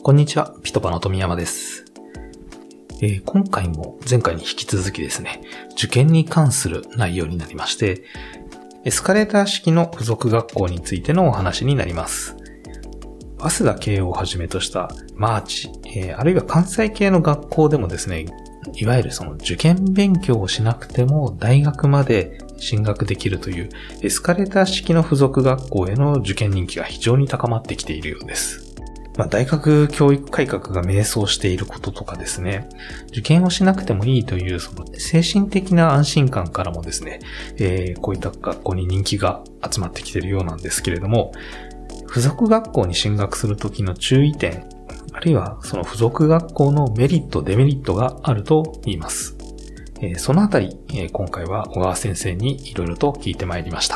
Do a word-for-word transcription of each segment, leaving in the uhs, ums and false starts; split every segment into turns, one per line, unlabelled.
こんにちは、ピトパの富山です。えー、今回も前回に引き続きですね、受験に関する内容になりまして、エスカレーター式の付属学校についてのお話になります。早稲田慶応をはじめとしたマーチ、えー、あるいは関西系の学校でもですね、いわゆるその受験勉強をしなくても大学まで進学できるというエスカレーター式の付属学校への受験人気が非常に高まってきているようです。まあ、大学教育改革が迷走していることとかですね、受験をしなくてもいいというその精神的な安心感からもですね、えー、こういった学校に人気が集まってきているようなんですけれども、付属学校に進学するときの注意点、あるいはその付属学校のメリット、デメリットがあると言います。えー、そのあたり、えー、今回は小川先生にいろいろと聞いてまいりました。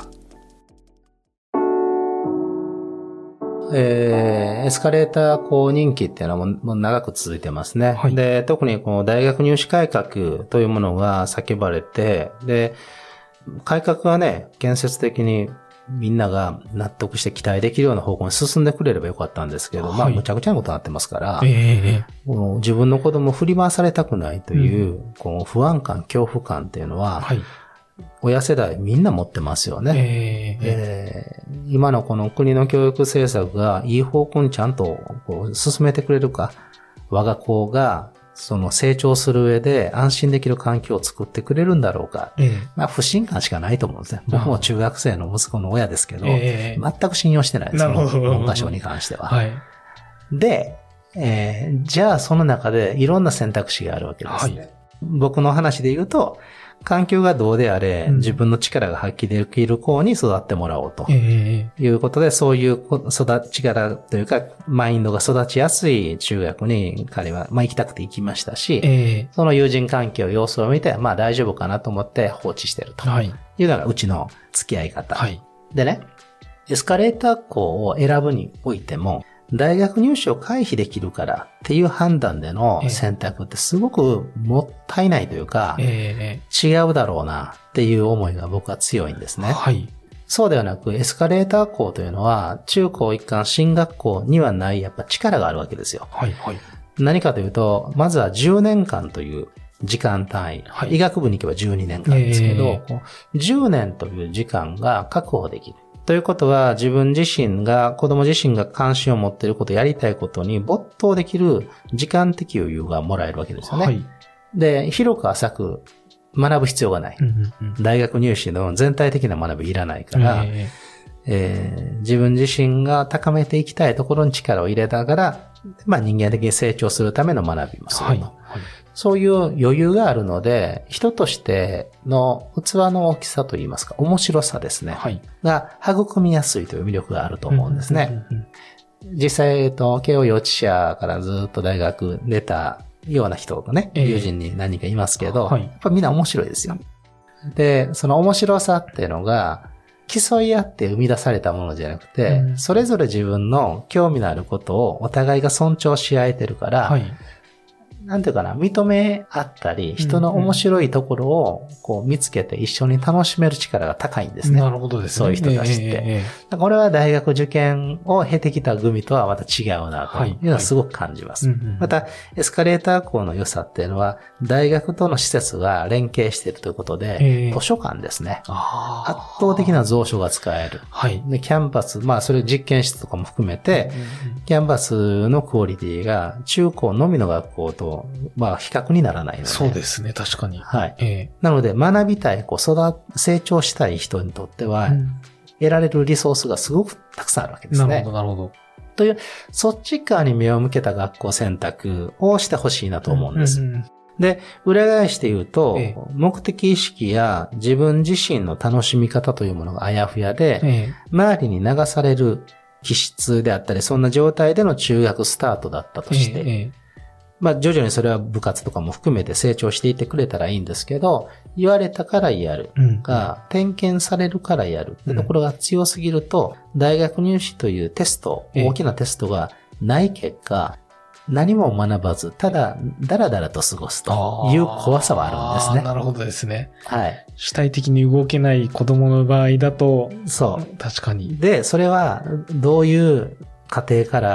えー、エスカレーター校人気っていうのはもう、もう長く続いてますね。はい、で、特にこの大学入試改革というものが叫ばれて、で、改革はね、建設的にみんなが納得して期待できるような方向に進んでくれればよかったんですけど、はい、まあ、むちゃくちゃなことになってますから、えー、もう自分の子供を振り回されたくないという、うん、この不安感、恐怖感っていうのは、はい、親世代みんな持ってますよね、えーえー。今のこの国の教育政策がいい方向にちゃんとこう進めてくれるか、我が子がその成長する上で安心できる環境を作ってくれるんだろうか。えー、まあ不信感しかないと思うんですね。僕も中学生の息子の親ですけど、えー、全く信用してないです。文科省に関しては。はい、で、えー、じゃあその中でいろんな選択肢があるわけですね。はい、僕の話で言うと、環境がどうであれ、うん、自分の力が発揮できる子に育ってもらおうということで、えー、そういう育ち力というか、マインドが育ちやすい中学に彼は、まあ、行きたくて行きましたし、えー、その友人関係を様子を見て、まあ大丈夫かなと思って放置してるというのがうちの付き合い方。はい、でね、エスカレーター校を選ぶにおいても、大学入試を回避できるからっていう判断での選択ってすごくもったいないというか、えー、違うだろうなっていう思いが僕は強いんですね。はい、そうではなくエスカレーター校というのは中高一貫進学校にはないやっぱ力があるわけですよ。はいはい、何かというと、まずはじゅうねんかんという時間単位、はい、医学部に行けばじゅうにねんかんですけど、えー、じゅうねんという時間が確保できる。ということは自分自身が、子供自身が関心を持っていること、やりたいことに没頭できる時間的余裕がもらえるわけですよね。はい、で、広く浅く学ぶ必要がない。うんうんうん、大学入試の全体的な学びいらないから、えーえー、自分自身が高めていきたいところに力を入れながら、まあ人間的に成長するための学びもすると。はいはい、そういう余裕があるので、人としての器の大きさといいますか、面白さですね。はい、が育みやすいという魅力があると思うんですね。うんうんうん、実際、えっと、慶応幼稚舎からずっと大学出たような人がね、えー、友人に何人かいますけど、はい、やっぱみんな面白いですよ。で、その面白さっていうのが、競い合って生み出されたものじゃなくて、うん、それぞれ自分の興味のあることをお互いが尊重し合えてるから、はい、なんていうかな、認め合ったり、人の面白いところをこう見つけて一緒に楽しめる力が高いんですね。
なるほどですね。
そういう人たちって。えー、これは大学受験を経てきた組とはまた違うなというのはすごく感じます。はいはい、また、エスカレーター校の良さっていうのは、大学との施設が連携しているということで、えー、図書館ですね。圧倒的な蔵書が使える。はい、でキャンパス、まあそれ実験室とかも含めて、うん、キャンパスのクオリティが中高のみの学校とまあ、比較にならないので。
そうですね、確かに。
はい。えー、なので、学びたい、こう、育、成長したい人にとっては、うん、得られるリソースがすごくたくさんあるわけですね。
なるほど、なるほど。
という、そっち側に目を向けた学校選択をしてほしいなと思うんです。うんうん、で、裏返して言うと、えー、目的意識や自分自身の楽しみ方というものがあやふやで、えー、周りに流される気質であったり、そんな状態での中学スタートだったとして、えーえーまあ徐々にそれは部活とかも含めて成長していってくれたらいいんですけど、言われたからやるが、うん、点検されるからやるってところが強すぎると、大学入試というテスト、大きなテストがない結果、何も学ばず、ただ、だらだらと過ごすという怖さはあるんですね。
なるほどですね。
はい。
主体的に動けない子供の場合だと、そう。確かに。
で、それは、どういう家庭から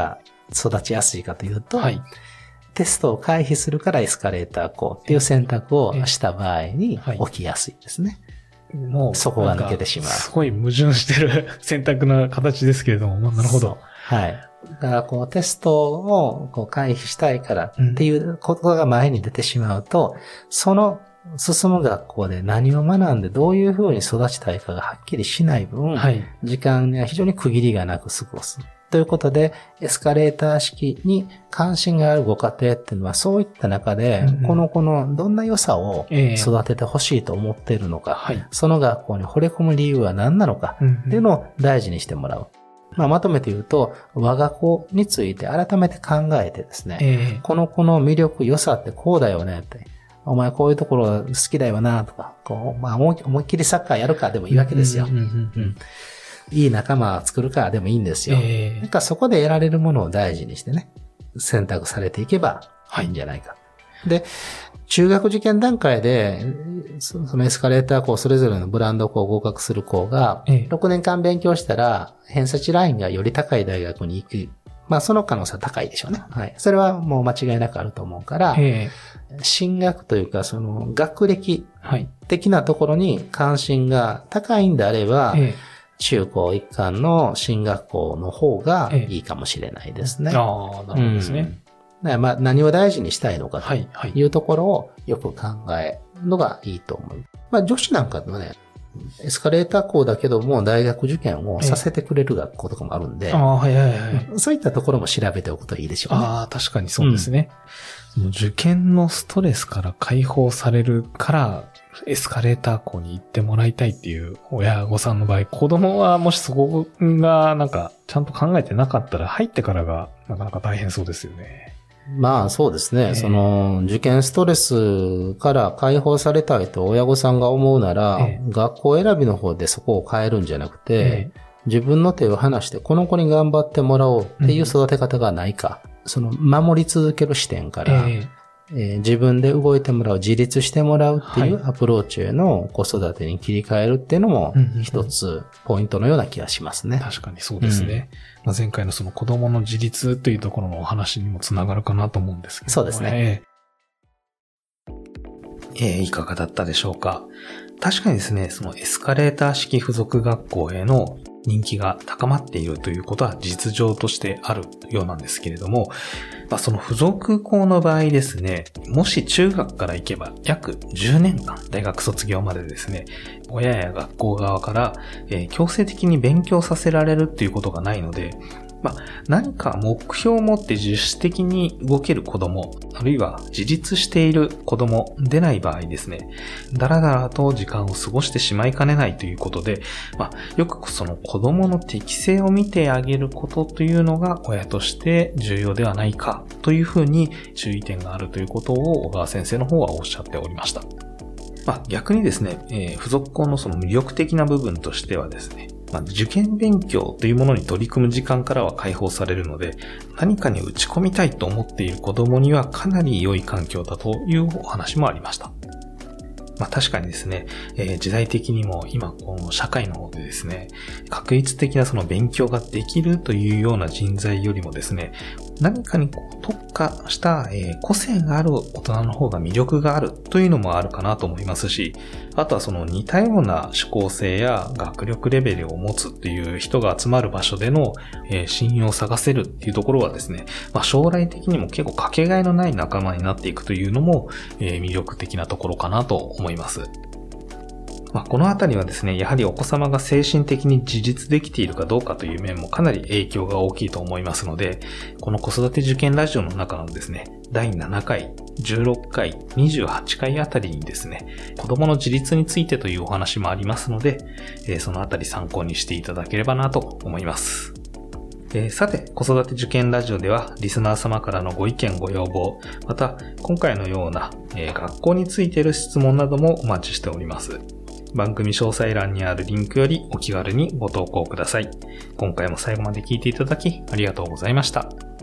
育ちやすいかというと、
はい、
テストを回避するからエスカレーター校っていう選択をした場合に起きやすいですね。
もう、
そこが抜けてしまう。
すごい矛盾してる選択な形ですけれども、まあ、なるほど。
はい。だからこうテストをこう回避したいからっていうことが前に出てしまうと、うん、その進む学校で何を学んでどういうふうに育ちたいかがはっきりしない分、はい、時間には非常に区切りがなく過ごす。ということで、エスカレーター式に関心があるご家庭っていうのはそういった中で、うんうん、この子のどんな良さを育ててほしいと思っているのか、えーはい、その学校に惚れ込む理由は何なのかっていうのを大事にしてもらう。まあ、まとめて言うと、我が子について改めて考えてですね、えー、この子の魅力、良さってこうだよねって、お前こういうところ好きだよなとか、こう、まあ思い、思いっきりサッカーやるかでもいいわけですよ。いい仲間を作るかでもいいんですよ。えー、なんかそこで得られるものを大事にしてね、選択されていけばいいんじゃないか。はい、で、中学受験段階で、そのエスカレーター校それぞれのブランド校を合格する校が、ろくねんかん勉強したら、偏差値ラインがより高い大学に行く。まあその可能性は高いでしょうね。はい。それはもう間違いなくあると思うから、進学というかその学歴的なところに関心が高いんであれば、中高一貫の進学校の方がいいかもしれないですね。
ああ、なるほどですね。
うん、まあ何を大事にしたいのかというところをよく考えるのがいいと思う。まあ女子なんかのね、エスカレーター校だけども大学受験をさせてくれる学校とかもあるんで、ああ、はいはいはい。そういったところも調べておくといいでしょうね。
ああ、確かにそうですね。うん、受験のストレスから解放されるからエスカレーター校に行ってもらいたいっていう親御さんの場合、子供はもしそこがなんかちゃんと考えてなかったら入ってからがなかなか大変そうですよね。
まあそうですね。えー、その受験ストレスから解放されたいと親御さんが思うなら、えー、学校選びの方でそこを変えるんじゃなくて、えー、自分の手を離してこの子に頑張ってもらおうっていう育て方がないか、うん、その守り続ける視点から、えーえー、自分で動いてもらう、自立してもらうっていうアプローチへの子育てに切り替えるっていうのも一つポイントのような気がしますね。
確かにそうですね。うん、まあ、前回のその子供の自立というところのお話にもつながるかなと思うんですけど、
そうですね。
えー、いかがだったでしょうか。確かにですね、そのエスカレーター式付属学校への人気が高まっているということは実情としてあるようなんですけれども、まあ、その付属校の場合ですね、もし中学から行けば約じゅうねんかん大学卒業までですね、親や学校側から、えー、強制的に勉強させられるっていうことがないので、まあ、何か目標を持って自主的に動ける子供、あるいは自立している子供でない場合ですね、だらだらと時間を過ごしてしまいかねないということで、まあ、よくその子供の適性を見てあげることというのが親として重要ではないかというふうに注意点があるということを小川先生の方はおっしゃっておりました。まあ、逆にですね、えー、付属校のその魅力的な部分としてはですね、まあ、受験勉強というものに取り組む時間からは解放されるので、何かに打ち込みたいと思っている子供にはかなり良い環境だというお話もありました。まあ確かにですね、えー、時代的にも今この社会の方でですね、確率的なその勉強ができるというような人材よりもですね、何かにこう特化した、えー、個性がある大人の方が魅力があるというのもあるかなと思いますし、あとはその似たような思考性や学力レベルを持つっていう人が集まる場所での、えー、信用を探せるっていうところはですね、まあ将来的にも結構かけがえのない仲間になっていくというのも、えー、魅力的なところかなと思います。まあ、このあたりはですね、やはりお子様が精神的に自立できているかどうかという面もかなり影響が大きいと思いますので、この子育て受験ラジオの中のですね、だいななかい、じゅうろっかい、にじゅうはちかいあたりにですね、子供の自立についてというお話もありますので、えー、そのあたり参考にしていただければなと思います。えー、さて、子育て受験ラジオではリスナー様からのご意見ご要望、また今回のような、えー、学校についている質問などもお待ちしております。番組詳細欄にあるリンクよりお気軽にご投稿ください。今回も最後まで聞いていただきありがとうございました。